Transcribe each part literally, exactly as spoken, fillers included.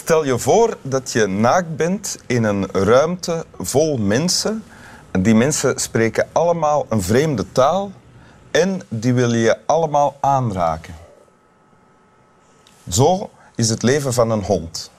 Stel je voor dat je naakt bent in een ruimte vol mensen. Die mensen spreken allemaal een vreemde taal en die willen je allemaal aanraken. Zo is het leven van een hond.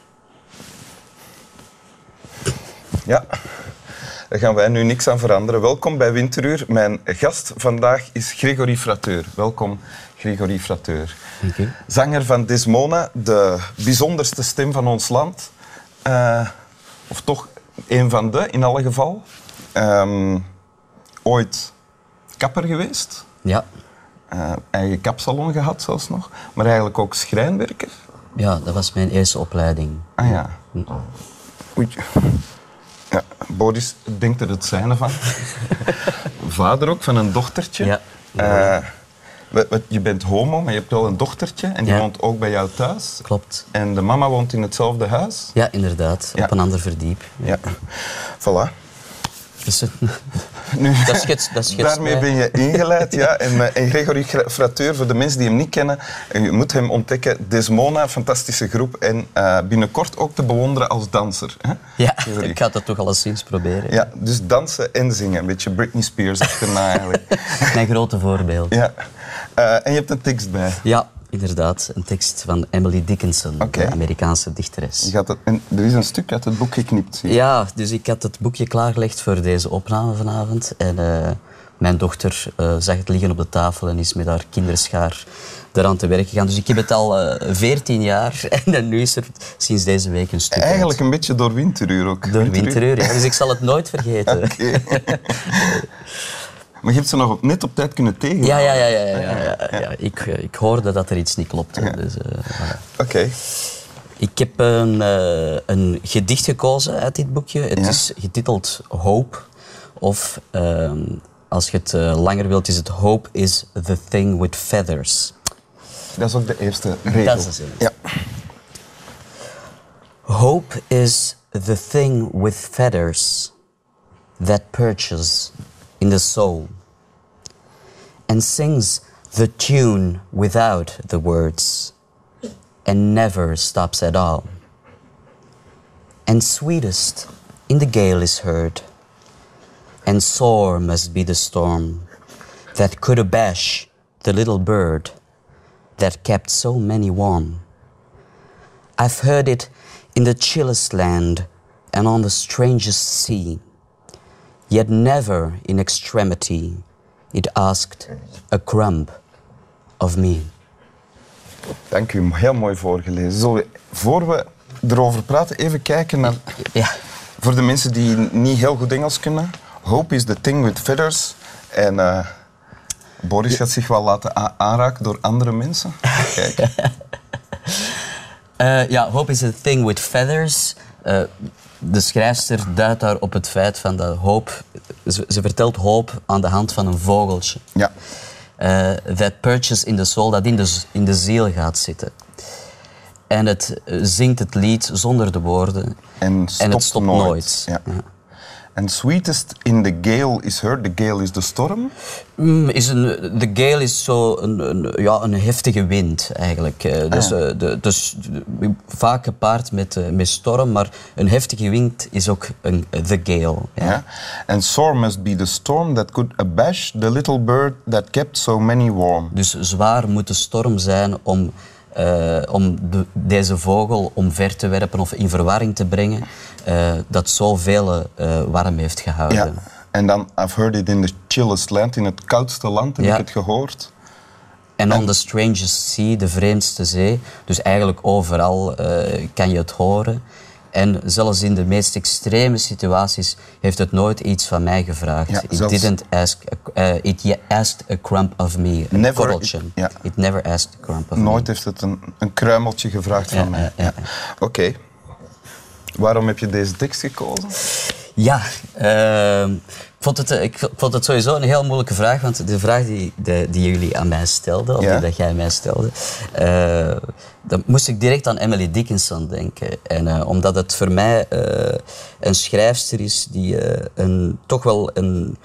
Ja, daar gaan wij nu niks aan veranderen. Welkom bij Winteruur. Mijn gast vandaag is Gregory Frateur. Welkom, Gregory Frateur. Dank u. Zanger van Desmona, de bijzonderste stem van ons land. Uh, of toch een van de, in alle geval. Um, ooit kapper geweest. Ja. Uh, eigen kapsalon gehad zelfs nog. Maar eigenlijk ook schrijnwerker. Ja, dat was mijn eerste opleiding. Ah ja. Oei. Ja, Boris denkt er het zijne van. Vader ook, van een dochtertje. Ja. Uh, je bent homo, maar je hebt wel een dochtertje. En die ja. woont ook bij jou thuis. Klopt. En de mama woont in hetzelfde huis. Ja, inderdaad. Ja. Op een ander verdiep. Ja. Voilà. Dus het... Nu, dat schetst, dat schetst daarmee mij. ben je ingeleid, ja. En, en Gregory Frateur, voor de mensen die hem niet kennen, je moet hem ontdekken. Desmona, fantastische groep. En uh, binnenkort ook te bewonderen als danser. Hè? Ja, Gregory. ik ga dat toch alleszins proberen. Ja, dus dansen en zingen. Een beetje Britney Spears achterna eigenlijk. Mijn grote voorbeeld. Ja. Uh, en je hebt een tekst bij. Ja, inderdaad. Een tekst van Emily Dickinson, Okay. de Amerikaanse dichteres. Je gaat het, en er is een stuk uit het boek geknipt, zie je. Ja, dus ik had het boekje klaargelegd voor deze opname vanavond. En uh, mijn dochter uh, zag het liggen op de tafel en is met haar kinderschaar eraan te werk gegaan. Dus ik heb het al veertien jaar en nu is er sinds deze week een stuk Eigenlijk uit. een beetje door Winteruur ook. Door Winteruur, ja. Dus ik zal het nooit vergeten. Okay. Maar je hebt ze nog op, net op tijd kunnen tegenhouden. Ja, ja, ja. ja, ja, ja, ja, ja. Ik, ik hoorde dat er iets niet klopte. Ja. Dus, uh, voilà. Oké. Okay. Ik heb een, uh, een gedicht gekozen uit dit boekje. Het Ja. is getiteld Hope. Of, uh, als je het uh, langer wilt, is het Hope is the thing with feathers. Dat is ook de eerste regel. Dat is de zin. Ja. Hope is the thing with feathers that perches in the soul and sings the tune without the words and never stops at all. And sweetest in the gale is heard, and sore must be the storm that could abash the little bird that kept so many warm. I've heard it in the chillest land and on the strangest sea, yet never in extremity it asked a crumb of me. Dank u, heel mooi voorgelezen. Zullen we, voor we erover praten, even kijken naar... Ja. Voor de mensen die niet heel goed Engels kunnen. Hope is the thing with feathers. En uh, Boris gaat zich wel laten a- aanraken door andere mensen. Kijk. Uh, ja, Hope is the thing with feathers. Uh, de schrijfster duidt daar op het feit van dat hoop... Ze, ze vertelt hoop aan de hand van een vogeltje. Ja. Uh, that perches in the soul, dat in de, in de ziel gaat zitten. En het uh, zingt het lied zonder de woorden. En, stopt en het stopt nooit. nooit. Ja. Ja. En sweetest in the gale is heard. The gale is de storm. Mm, is een, de gale is zo een, een, ja, een heftige wind, eigenlijk. Uh, dus, Ah. uh, de, dus uh, vaak gepaard met, uh, met storm, maar een heftige wind is ook een the gale. Ja. Ja. And sore must be the storm that could abash the little bird that kept so many warm. Dus zwaar moet de storm zijn om, uh, om de, deze vogel omver te werpen of in verwarring te brengen, uh, dat zoveel uh, warm heeft gehouden. Ja. En dan, I've heard it in the chillest land, in het koudste land heb Ja. ik het gehoord. En on the strangest sea, de vreemdste zee. Dus eigenlijk overal uh, kan je het horen. En zelfs in de meest extreme situaties heeft het nooit iets van mij gevraagd. Ja, it zelfs- didn't ask, a, uh, it asked a crumb of me. Een Never- korreltje. it- ja. It never asked a crumb of me. Nooit heeft het een, een kruimeltje gevraagd van Ja, mij. ja, ja, ja. Oké. Okay. Waarom heb je deze tekst gekozen? Ja, uh, ik, vond het, ik vond het sowieso een heel moeilijke vraag, want de vraag die, de, die jullie aan mij stelden, of Ja. die dat jij mij stelde, uh, dan moest ik direct aan Emily Dickinson denken. En, uh, omdat het voor mij uh, een schrijfster is die uh, een, toch wel een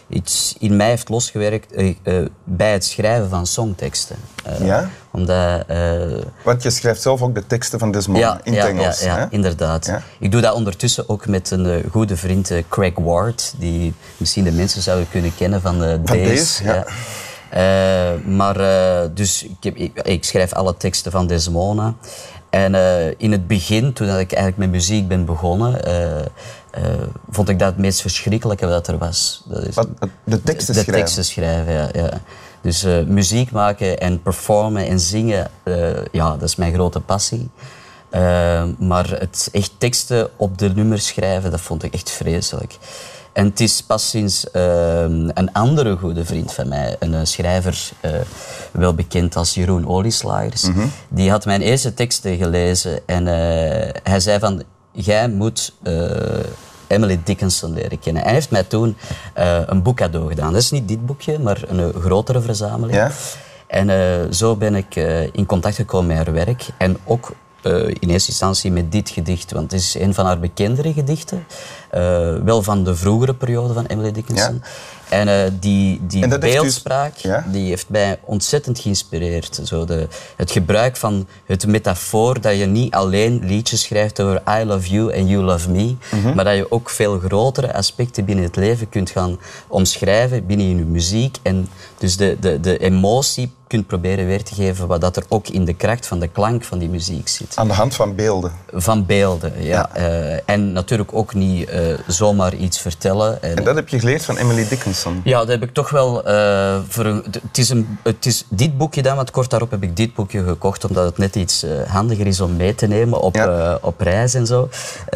iets in mij heeft losgewerkt uh, uh, bij het schrijven van songteksten. Uh, ja? Omdat, uh, Want je schrijft zelf ook de teksten van Desmond ja, in ja, het Engels. Ja, ja, hè? inderdaad. Ja? Ik doe dat ondertussen ook met een uh, goede vriend, uh, Craig Ward, die misschien de mensen zouden kunnen kennen van uh, Van Days. Days, ja. Ja. Uh, maar uh, dus ik, heb, ik, ik schrijf alle teksten van Desmona. En uh, in het begin, toen ik eigenlijk met muziek ben begonnen, uh, uh, vond ik dat het meest verschrikkelijke wat er was. Dat is Wat, de teksten de schrijven? De teksten schrijven, ja. ja. Dus uh, muziek maken en performen en zingen, uh, ja, dat is mijn grote passie. Uh, maar het echt teksten op de nummers schrijven, dat vond ik echt vreselijk. En het is pas sinds uh, een andere goede vriend van mij, een uh, schrijver, uh, wel bekend als Jeroen Olieslagers, mm-hmm. die had mijn eerste teksten gelezen en uh, hij zei van, jij moet uh, Emily Dickinson leren kennen. Hij heeft mij toen uh, een boek cadeau gedaan. Dat is niet dit boekje, maar een uh, grotere verzameling. Ja? En uh, zo ben ik uh, in contact gekomen met haar werk en ook Uh, in eerste instantie met dit gedicht, want het is een van haar bekendere gedichten. Uh, wel van de vroegere periode van Emily Dickinson. Ja. En uh, die, die en beeldspraak dus, ja? die heeft mij ontzettend geïnspireerd. Zo de, het gebruik van het metafoor dat je niet alleen liedjes schrijft over I love you and you love me, mm-hmm. maar dat je ook veel grotere aspecten binnen het leven kunt gaan omschrijven binnen je muziek. En dus de, de, de emotie kunt proberen weer te geven wat dat er ook in de kracht van de klank van die muziek zit. Aan de hand van beelden? Van beelden, ja. ja. Uh, en natuurlijk ook niet uh, zomaar iets vertellen. En, en dat heb je geleerd van Emily Dickinson? Ja, dat heb ik toch wel... Uh, voor een, het, is een, het is dit boekje dan, want kort daarop heb ik dit boekje gekocht, omdat het net iets uh, handiger is om mee te nemen op, ja. uh, op reis en zo.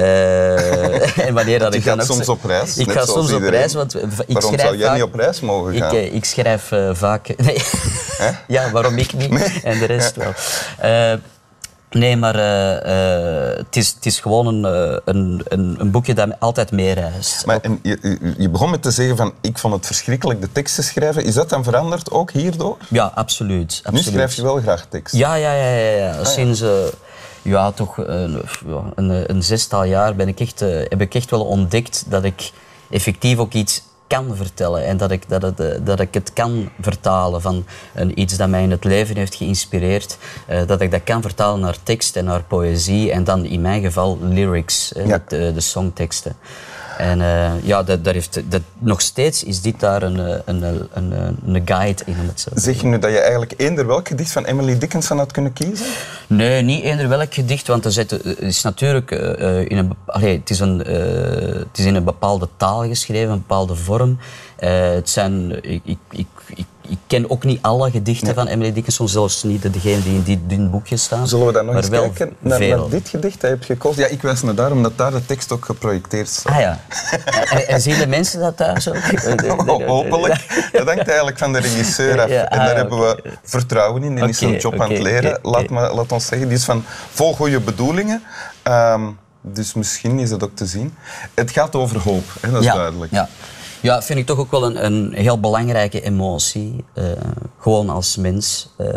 Uh, en wanneer dat je ik gaat dan soms op reis? Ik ga soms iedereen. op reis, want ik Waarom schrijf zou jij vaak, niet op reis mogen gaan? Ik, uh, ik schrijf uh, vaak... Nee. Ja, waarom ik niet? Nee. En de rest ja. wel. Uh, nee, maar uh, uh, het, is, het is gewoon een, uh, een, een, een boekje dat altijd meereist. Maar en je, je begon met te zeggen van ik vond het verschrikkelijk de teksten schrijven. Is dat dan veranderd ook hierdoor? Ja, absoluut. absoluut. Nu schrijf je wel graag tekst? Ja, ja, ja. ja, ja. Ah, Sinds... Uh, ja, toch een, een, een zestal jaar ben ik echt, uh, heb ik echt wel ontdekt dat ik effectief ook iets kan vertellen en dat ik, dat, het, dat ik het kan vertalen van een, iets dat mij in het leven heeft geïnspireerd, uh, dat ik dat kan vertalen naar tekst en naar poëzie en dan in mijn geval lyrics, uh, ja. de, de songteksten. En uh, ja, dat, dat heeft, dat, nog steeds is dit daar een, een, een, een, een guide in. Om het zo te zeg je nu dat je eigenlijk eender welk gedicht van Emily Dickinson had kunnen kiezen? Nee, niet eender welk gedicht, want het is natuurlijk uh, in een, allee, het is een, uh, het is in een bepaalde taal geschreven, een bepaalde vorm. Uh, het zijn, ik, ik, ik, ik, ik ken ook niet alle gedichten nee. van Emily Dickinson, zelfs niet degene die in dit dun boekje staan. Zullen we dan nog eens kijken naar, naar dit gedicht dat je hebt gekozen? Ja, ik wijs naar daar, omdat daar de tekst ook geprojecteerd staat. Ah ja. en, en zien de mensen dat thuis ook? Oh, hopelijk. Dat hangt eigenlijk van de regisseur af. Ja, ah, en daar okay. hebben we vertrouwen in. Die okay, is zijn job okay, aan het leren. Okay, okay. Laat, me, laat ons zeggen, die is van vol goede bedoelingen. Um, dus misschien is dat ook te zien. Het gaat over hoop, hè, dat is ja, duidelijk. Ja. Ja, vind ik toch ook wel een, een heel belangrijke emotie. Uh, gewoon als mens uh,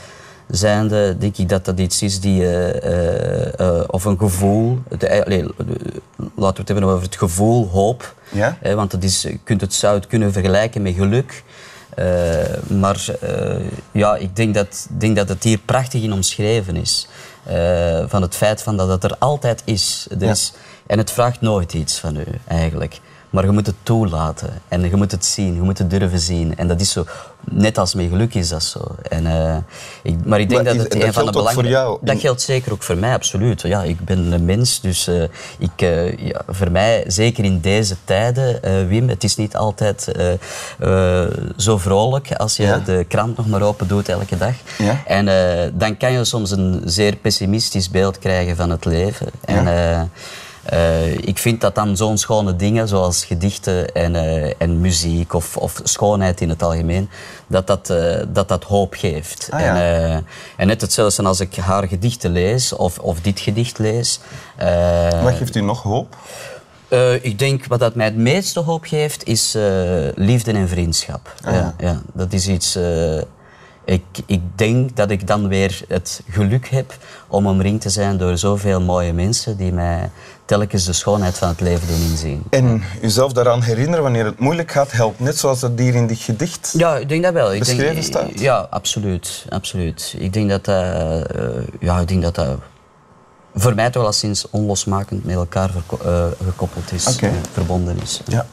zijnde, denk ik dat dat iets is die... Uh, uh, uh, of een gevoel... De, allee, laten we het hebben over het gevoel, hoop. Ja? Uh, want het is, je kunt het, zou het kunnen vergelijken met geluk. Uh, maar uh, ja, ik denk dat, denk dat het hier prachtig in omschreven is. Uh, van het feit van dat het er altijd is. Er is ja. En het vraagt nooit iets van u, eigenlijk. Maar je moet het toelaten en je moet het zien, je moet het durven zien. En dat is zo, net als met geluk is dat zo. En, uh, ik, maar ik denk maar dat het dat een van de belangrijke... Dat geldt zeker ook voor mij, absoluut. Ja, ik ben een mens, dus uh, ik, uh, ja, voor mij, zeker in deze tijden, uh, Wim, het is niet altijd uh, uh, zo vrolijk als je ja. de krant nog maar open doet elke dag. Ja. En uh, dan kan je soms een zeer pessimistisch beeld krijgen van het leven. En, ja. uh, Uh, ik vind dat dan zo'n schone dingen, zoals gedichten en, uh, en muziek of, of schoonheid in het algemeen, dat dat, uh, dat, dat hoop geeft. Ah, ja. en, uh, en net hetzelfde als ik haar gedichten lees of, of dit gedicht lees. Uh, Wat geeft u nog hoop? Uh, ik denk wat dat mij het meeste hoop geeft, is uh, liefde en vriendschap. Ah, ja. Ja, ja, dat is iets... Uh, ik, ik denk dat ik dan weer het geluk heb om omringd te zijn door zoveel mooie mensen die mij telkens de schoonheid van het leven doen inzien. En jezelf daaraan herinneren wanneer het moeilijk gaat, helpt net zoals dat hier in dit gedicht Ja, ik denk dat wel. Ik beschreven denk, staat? Ja, absoluut, absoluut. Ik denk dat dat, uh, ja, ik denk dat, dat voor mij toch al sinds onlosmakend met elkaar verko- uh, gekoppeld is, Okay. uh, verbonden is. Ja.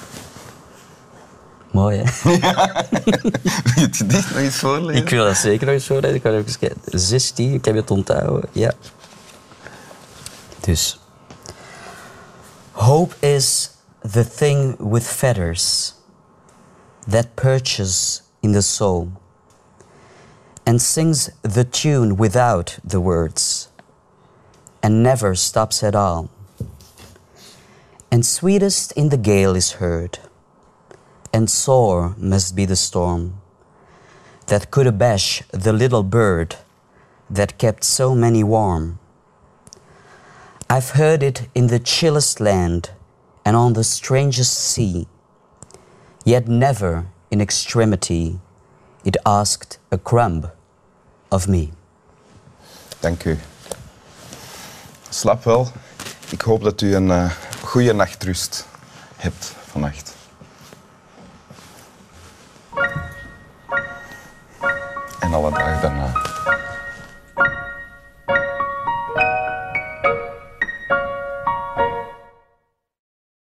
Mooi, hè? Ja. Wil je het gedicht nog eens voorlezen? Ik wil dat zeker nog eens voorlezen. Ik ga even kijken. zestien, ik heb het onthouden. Ja. Dus. Hope is the thing with feathers that perches in the soul and sings the tune without the words and never stops at all. And sweetest in the gale is heard, and sore must be the storm that could abash the little bird that kept so many warm. I've heard it in the chillest land and on the strangest sea, yet never in extremity it asked a crumb of me. Dank u. Slaap wel. Ik hoop dat u een uh, goede nachtrust hebt vannacht. En alle dagen daarna.